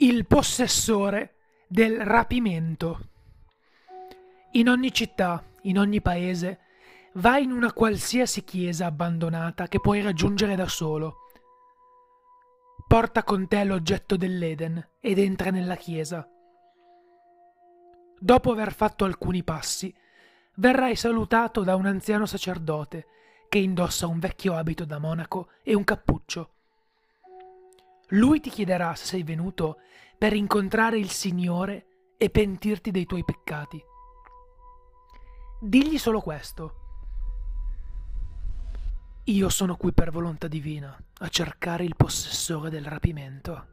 Il possessore del rapimento. In ogni città, in ogni paese, vai in una qualsiasi chiesa abbandonata che puoi raggiungere da solo. Porta con te l'oggetto dell'Eden ed entra nella chiesa. Dopo aver fatto alcuni passi, verrai salutato da un anziano sacerdote che indossa un vecchio abito da monaco e un cappuccio. Lui ti chiederà se sei venuto per incontrare il Signore e pentirti dei tuoi peccati. Digli solo questo: io sono qui per volontà divina a cercare il possessore del rapimento.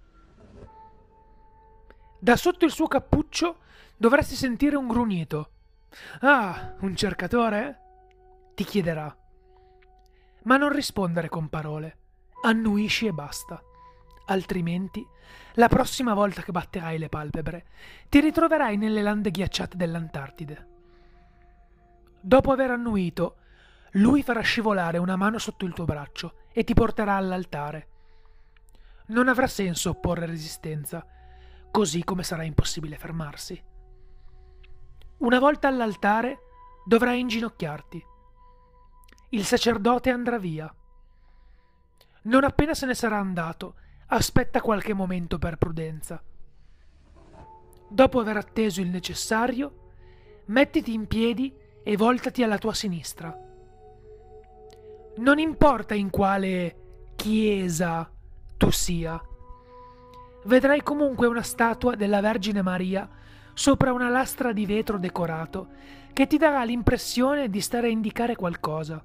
Da sotto il suo cappuccio dovresti sentire un grugnito. Ah, un cercatore? Ti chiederà. Ma non rispondere con parole, annuisci e basta. Altrimenti, la prossima volta che batterai le palpebre, ti ritroverai nelle lande ghiacciate dell'Antartide. Dopo aver annuito, lui farà scivolare una mano sotto il tuo braccio e ti porterà all'altare. Non avrà senso opporre resistenza, così come sarà impossibile fermarsi. Una volta all'altare, dovrai inginocchiarti. Il sacerdote andrà via. Non appena se ne sarà andato, aspetta qualche momento per prudenza. Dopo aver atteso il necessario, mettiti in piedi e voltati alla tua sinistra. Non importa in quale chiesa tu sia, vedrai comunque una statua della Vergine Maria sopra una lastra di vetro decorato che ti darà l'impressione di stare a indicare qualcosa.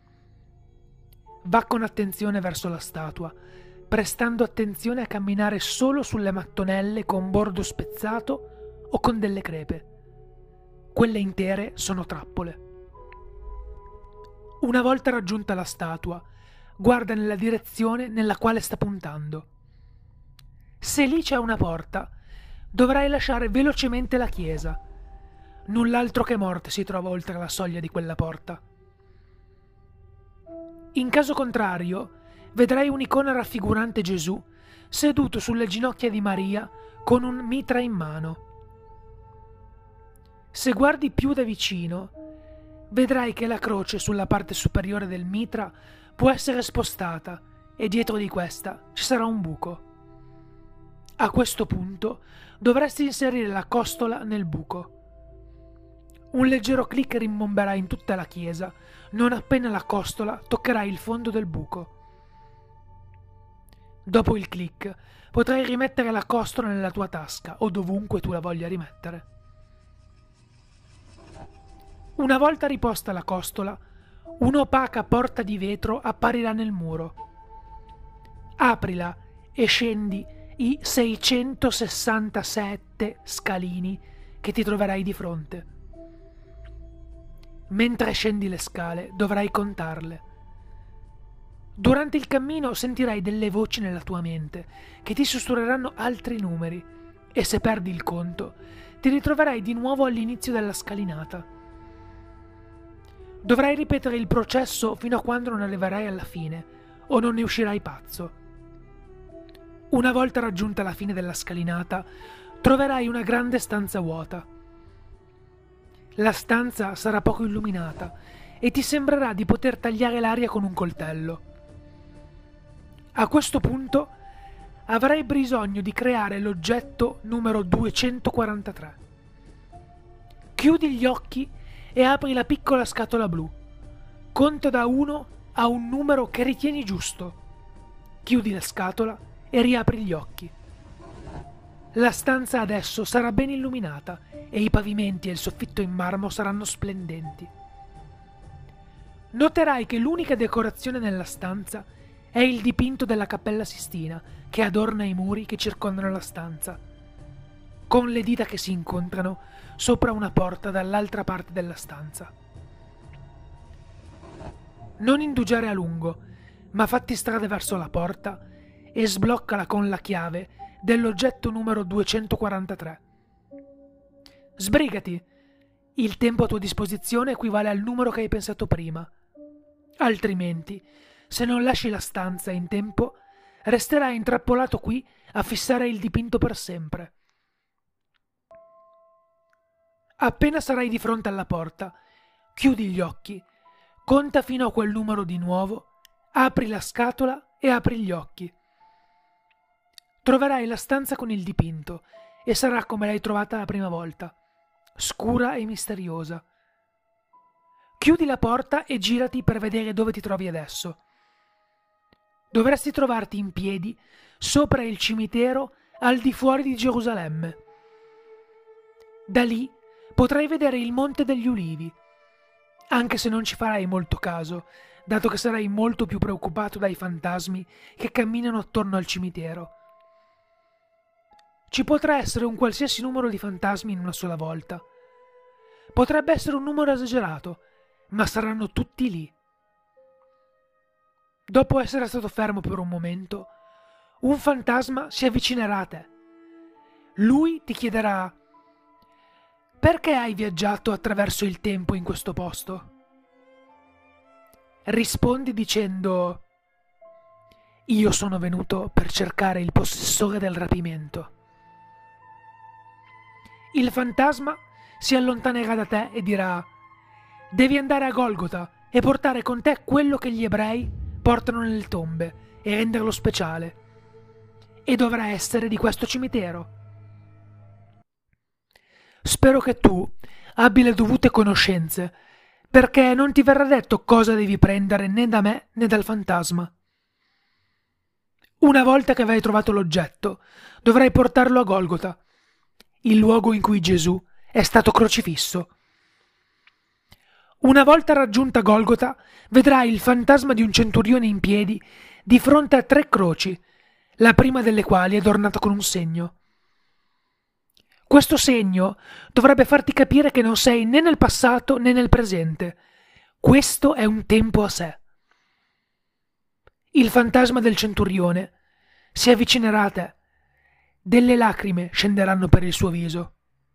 Va con attenzione verso la statua, prestando attenzione a camminare solo sulle mattonelle con bordo spezzato o con delle crepe. Quelle intere sono trappole. Una volta raggiunta la statua, guarda nella direzione nella quale sta puntando. Se lì c'è una porta, dovrai lasciare velocemente la chiesa. Null'altro che morte si trova oltre la soglia di quella porta. In caso contrario, vedrai un'icona raffigurante Gesù seduto sulle ginocchia di Maria con un mitra in mano. Se guardi più da vicino, vedrai che la croce sulla parte superiore del mitra può essere spostata e dietro di questa ci sarà un buco. A questo punto dovresti inserire la costola nel buco. Un leggero click rimbomberà in tutta la chiesa non appena la costola toccherà il fondo del buco. Dopo il click potrai rimettere la costola nella tua tasca o dovunque tu la voglia rimettere. Una volta riposta la costola, un'opaca porta di vetro apparirà nel muro. Aprila e scendi i 667 scalini che ti troverai di fronte. Mentre scendi le scale dovrai contarle. Durante il cammino sentirai delle voci nella tua mente che ti sussurreranno altri numeri e se perdi il conto ti ritroverai di nuovo all'inizio della scalinata. Dovrai ripetere il processo fino a quando non arriverai alla fine o non ne uscirai pazzo. Una volta raggiunta la fine della scalinata troverai una grande stanza vuota. La stanza sarà poco illuminata e ti sembrerà di poter tagliare l'aria con un coltello. A questo punto avrai bisogno di creare l'oggetto numero 243. Chiudi gli occhi e apri la piccola scatola blu. Conta da 1 a un numero che ritieni giusto. Chiudi la scatola e riapri gli occhi. La stanza adesso sarà ben illuminata e i pavimenti e il soffitto in marmo saranno splendenti. Noterai che l'unica decorazione nella stanza è il dipinto della Cappella Sistina che adorna i muri che circondano la stanza, con le dita che si incontrano sopra una porta dall'altra parte della stanza. Non indugiare a lungo, ma fatti strada verso la porta e sbloccala con la chiave dell'oggetto numero 243. Sbrigati! Il tempo a tua disposizione equivale al numero che hai pensato prima. Altrimenti, se non lasci la stanza in tempo, resterai intrappolato qui a fissare il dipinto per sempre. Appena sarai di fronte alla porta, chiudi gli occhi, conta fino a quel numero di nuovo, apri la scatola e apri gli occhi. Troverai la stanza con il dipinto e sarà come l'hai trovata la prima volta, scura e misteriosa. Chiudi la porta e girati per vedere dove ti trovi adesso. Dovresti trovarti in piedi sopra il cimitero al di fuori di Gerusalemme. Da lì potrai vedere il Monte degli Ulivi, anche se non ci farai molto caso, dato che sarai molto più preoccupato dai fantasmi che camminano attorno al cimitero. Ci potrà essere un qualsiasi numero di fantasmi in una sola volta. Potrebbe essere un numero esagerato, ma saranno tutti lì. Dopo essere stato fermo per un momento, un fantasma si avvicinerà a te. Lui ti chiederà: perché hai viaggiato attraverso il tempo in questo posto? Rispondi dicendo: io sono venuto per cercare il possessore del rapimento. Il fantasma si allontanerà da te e dirà: devi andare a Golgota e portare con te quello che gli ebrei portano nelle tombe e renderlo speciale. E dovrà essere di questo cimitero. Spero che tu abbi le dovute conoscenze, perché non ti verrà detto cosa devi prendere né da me né dal fantasma. Una volta che avrai trovato l'oggetto, dovrai portarlo a Golgota, il luogo in cui Gesù è stato crocifisso. Una volta raggiunta Golgota, vedrai il fantasma di un centurione in piedi di fronte a 3 croci, la prima delle quali è adornata con un segno. Questo segno dovrebbe farti capire che non sei né nel passato né nel presente. Questo è un tempo a sé. Il fantasma del centurione si avvicinerà a te. Delle lacrime scenderanno per il suo viso.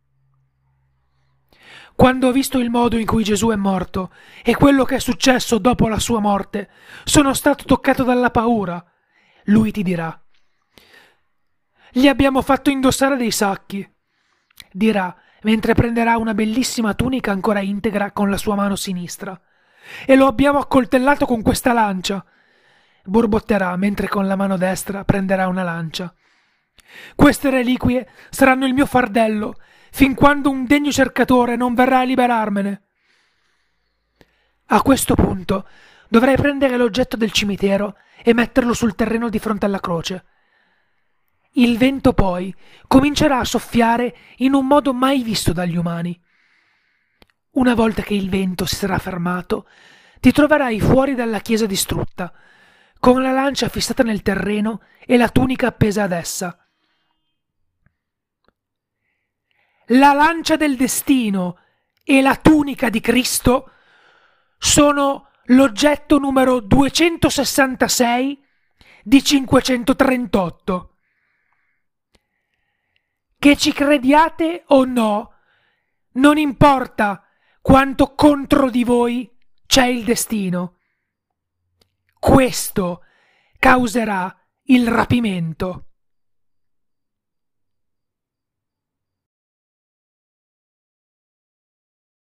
Quando ho visto il modo in cui Gesù è morto e quello che è successo dopo la sua morte, sono stato toccato dalla paura. Lui ti dirà: gli abbiamo fatto indossare dei sacchi. Dirà, mentre prenderà una bellissima tunica ancora integra con la sua mano sinistra. E lo abbiamo accoltellato con questa lancia. Borbotterà mentre con la mano destra prenderà una lancia. Queste reliquie saranno il mio fardello, fin quando un degno cercatore non verrà a liberarmene. A questo punto dovrai prendere l'oggetto del cimitero e metterlo sul terreno di fronte alla croce. Il vento poi comincerà a soffiare in un modo mai visto dagli umani. Una volta che il vento si sarà fermato, ti troverai fuori dalla chiesa distrutta, con la lancia fissata nel terreno e la tunica appesa ad essa. La lancia del destino e la tunica di Cristo sono l'oggetto numero 266 di 538. Che ci crediate o no, non importa quanto contro di voi c'è il destino. Questo causerà il rapimento.